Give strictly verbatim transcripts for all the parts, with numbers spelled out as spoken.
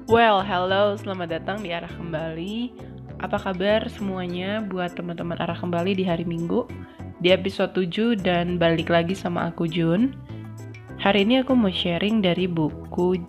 Well, hello, selamat datang di Arah Kembali. Apa kabar semuanya buat teman-teman Arah Kembali di hari Minggu? Di episode tujuh dan balik lagi sama aku Jun. Hari ini aku mau sharing dari buku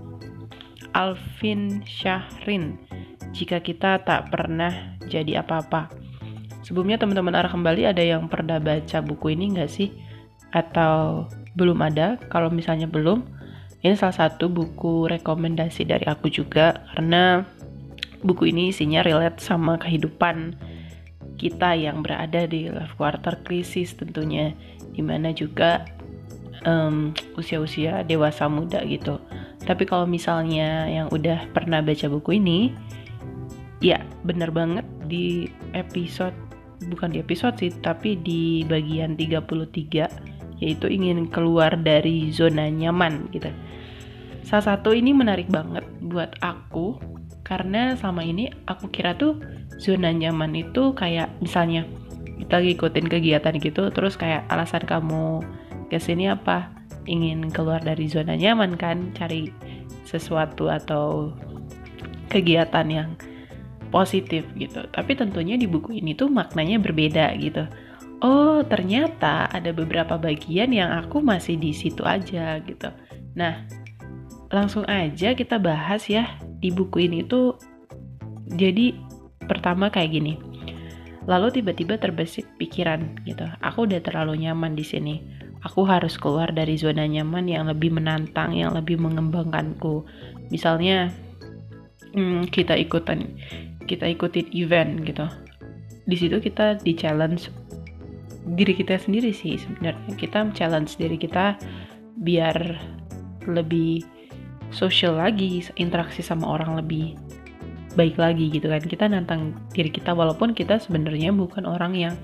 Alvin Syahrin, Jika Kita Tak Pernah Jadi Apa-Apa. Sebelumnya teman-teman Arah Kembali ada yang pernah baca buku ini nggak sih? Atau belum ada? Kalau misalnya belum, ini salah satu buku rekomendasi dari aku juga, karena buku ini isinya relate sama kehidupan kita yang berada di life quarter crisis tentunya, dimana juga um, usia-usia dewasa muda gitu. Tapi kalau misalnya yang udah pernah baca buku ini, ya bener banget di episode, bukan di episode sih, tapi di bagian tiga puluh tiga, yaitu ingin keluar dari zona nyaman gitu. Salah satu ini menarik banget buat aku, karena selama ini aku kira tuh zona nyaman itu kayak misalnya kita lagi ikutin kegiatan gitu, terus kayak alasan kamu kesini apa? Ingin keluar dari zona nyaman kan, cari sesuatu atau kegiatan yang positif gitu. Tapi tentunya di buku ini tuh maknanya berbeda gitu. Oh, ternyata ada beberapa bagian yang aku masih di situ aja gitu. Nah, langsung aja kita bahas ya di buku ini tuh. Jadi pertama kayak gini. Lalu tiba-tiba terbesit pikiran gitu. Aku udah terlalu nyaman di sini. Aku harus keluar dari zona nyaman yang lebih menantang, yang lebih mengembangkanku. Misalnya hmm, kita ikutan kita ikutin event gitu. Di situ kita di challenge diri kita sendiri sih sebenarnya. Kita challenge diri kita biar lebih social lagi, interaksi sama orang lebih baik lagi gitu kan. Kita nantang diri kita walaupun kita sebenarnya bukan orang yang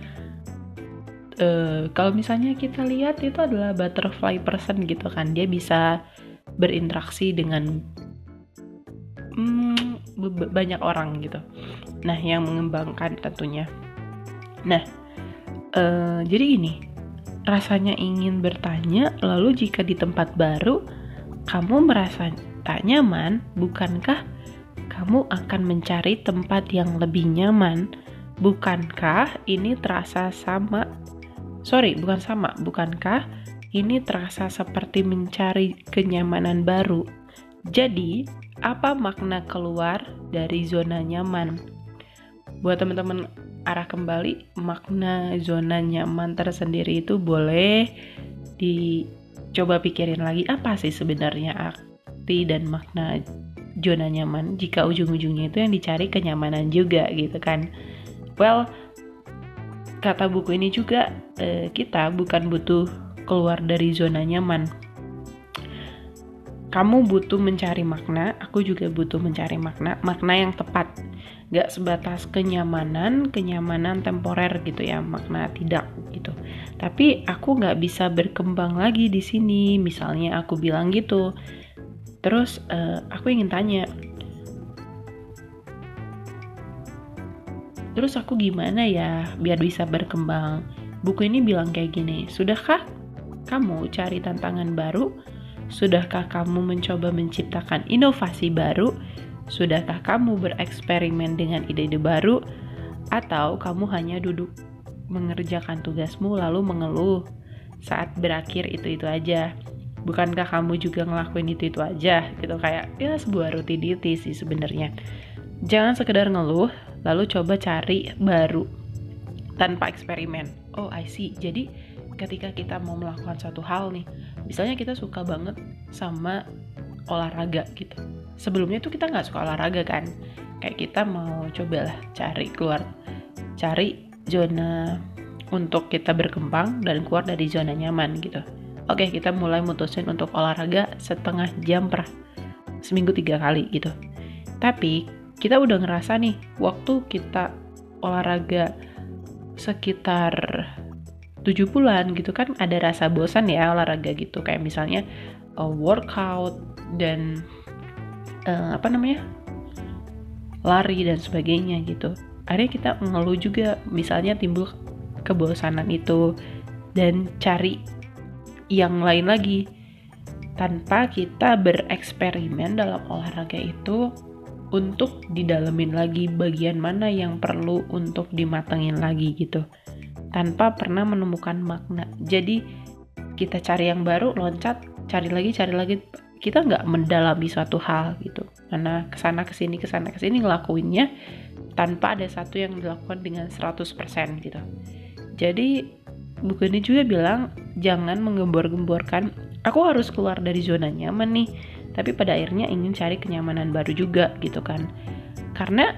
uh, kalau misalnya kita lihat itu adalah butterfly person gitu kan. Dia bisa berinteraksi dengan hmm, b- banyak orang gitu. Nah, yang mengembangkan tentunya. Nah, uh, jadi gini, rasanya ingin bertanya, lalu jika di tempat baru kamu merasa tak nyaman, bukankah kamu akan mencari tempat yang lebih nyaman? Bukankah ini terasa sama? Sorry, bukan sama. Bukankah ini terasa seperti mencari kenyamanan baru? Jadi, apa makna keluar dari zona nyaman? Buat teman-teman Arah Kembali, makna zona nyaman tersendiri itu boleh di coba pikirin lagi, apa sih sebenarnya arti dan makna zona nyaman jika ujung-ujungnya itu yang dicari kenyamanan juga gitu kan. Well, kata buku ini juga eh, kita bukan butuh keluar dari zona nyaman. Kamu butuh mencari makna, aku juga butuh mencari makna, makna yang tepat. Gak sebatas kenyamanan, kenyamanan temporer gitu ya, makna tidak gitu. Tapi aku gak bisa berkembang lagi di sini, misalnya aku bilang gitu. Terus uh, aku ingin tanya, terus aku gimana ya biar bisa berkembang? Buku ini bilang kayak gini, sudahkah kamu cari tantangan baru? Sudahkah kamu mencoba menciptakan inovasi baru? Sudahkah kamu bereksperimen dengan ide-ide baru? Atau kamu hanya duduk mengerjakan tugasmu lalu mengeluh saat berakhir itu-itu aja? Bukankah kamu juga ngelakuin itu-itu aja? Gitu, kayak ya sebuah rutinitas sih sebenarnya. Jangan sekedar ngeluh lalu coba cari baru tanpa eksperimen. Oh, I see. Jadi ketika kita mau melakukan satu hal nih, misalnya kita suka banget sama olahraga gitu. Sebelumnya tuh kita nggak suka olahraga kan, kayak kita mau cobalah cari keluar, cari zona untuk kita berkembang dan keluar dari zona nyaman gitu. Oke, kita mulai mutusin untuk olahraga setengah jam per seminggu tiga kali gitu. Tapi kita udah ngerasa nih, waktu kita olahraga sekitar tujuh bulan gitu kan, ada rasa bosan ya olahraga gitu, kayak misalnya uh, workout dan uh, apa namanya lari dan sebagainya gitu. Akhirnya kita ngeluh juga, misalnya timbul kebosanan itu dan cari yang lain lagi. tanpa kita bereksperimen dalam olahraga itu untuk didalemin lagi bagian mana yang perlu untuk dimatengin lagi gitu, tanpa pernah menemukan makna. Jadi kita cari yang baru, loncat, cari lagi, cari lagi, kita nggak mendalami suatu hal gitu, karena kesana kesini kesana kesini ngelakuinnya tanpa ada satu yang dilakukan dengan seratus persen gitu. Jadi buku ini juga bilang jangan menggembor-gemborkan aku harus keluar dari zona nyaman nih, tapi pada akhirnya ingin cari kenyamanan baru juga gitu kan. Karena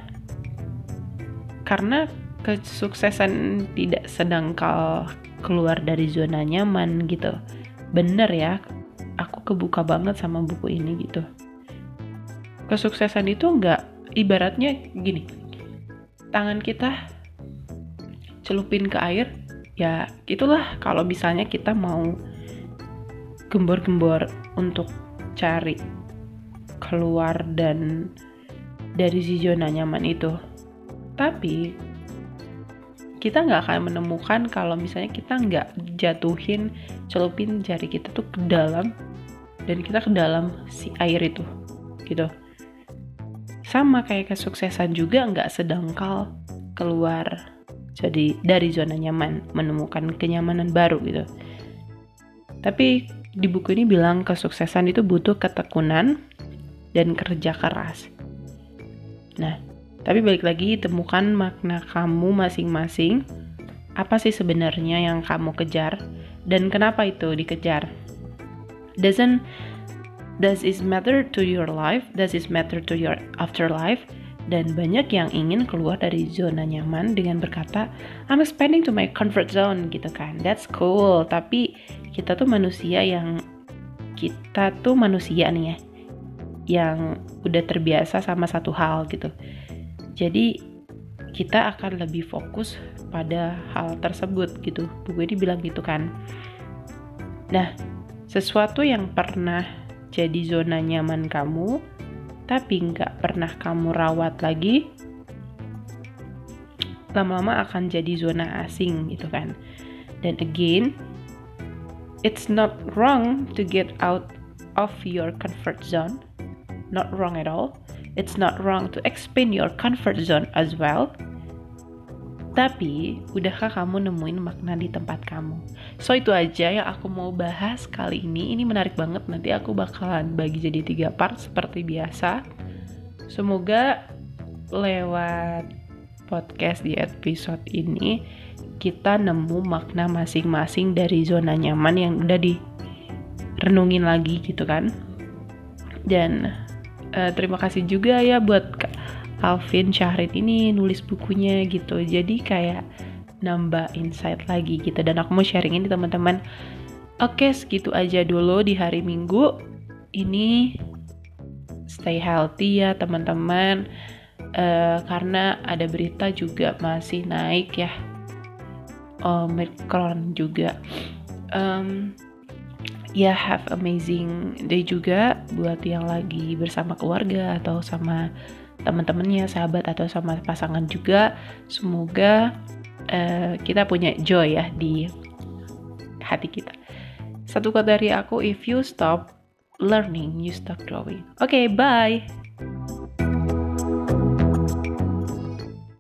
karena kesuksesan tidak sedangkal keluar dari zona nyaman gitu. Bener ya, aku kebuka banget sama buku ini gitu. Kesuksesan itu enggak, ibaratnya gini, tangan kita celupin ke air, ya itulah kalau misalnya kita mau gembor-gembor untuk cari keluar dan dari si zona nyaman itu. Tapi kita nggak akan menemukan kalau misalnya kita nggak jatuhin, celupin jari kita tuh ke dalam dan kita ke dalam si air itu gitu. Sama kayak kesuksesan juga nggak sedangkal keluar jadi dari zona nyaman, menemukan kenyamanan baru gitu. Tapi di buku ini bilang kesuksesan itu butuh ketekunan dan kerja keras. Nah, tapi balik lagi, temukan makna kamu masing-masing. Apa sih sebenarnya yang kamu kejar dan kenapa itu dikejar? Doesn't does it matter to your life? Does it matter to your afterlife? Dan banyak yang ingin keluar dari zona nyaman dengan berkata, I'm expanding to my comfort zone gitu kan. That's cool, tapi kita tuh manusia yang kita tuh manusia nih ya, yang udah terbiasa sama satu hal gitu. Jadi kita akan lebih fokus pada hal tersebut gitu. Buku ini bilang gitu kan. Nah, sesuatu yang pernah jadi zona nyaman kamu tapi nggak pernah kamu rawat lagi, lama-lama akan jadi zona asing gitu kan. Dan again, it's not wrong to get out of your comfort zone, not wrong at all. It's not wrong to expand your comfort zone as well. Tapi, udahkah kamu nemuin makna di tempat kamu? So, itu aja yang aku mau bahas kali ini. Ini menarik banget, nanti aku bakalan bagi jadi tiga part seperti biasa. Semoga lewat podcast di episode ini, kita nemu makna masing-masing dari zona nyaman yang udah direnungin lagi gitu kan. Dan uh, terima kasih juga ya buat Alvin Syahrid ini nulis bukunya gitu, jadi kayak nambah insight lagi gitu, dan aku mau sharing ini teman-teman. Oke, segitu aja dulu di hari Minggu ini. Stay healthy ya teman-teman, uh, karena ada berita juga masih naik ya, Omicron juga. um, Ya, have amazing day juga buat yang lagi bersama keluarga atau sama teman-temannya, sahabat, atau sama pasangan juga. Semoga uh, kita punya joy ya di hati kita. Satu kata dari aku, if you stop learning, you stop growing. Oke, okay, bye!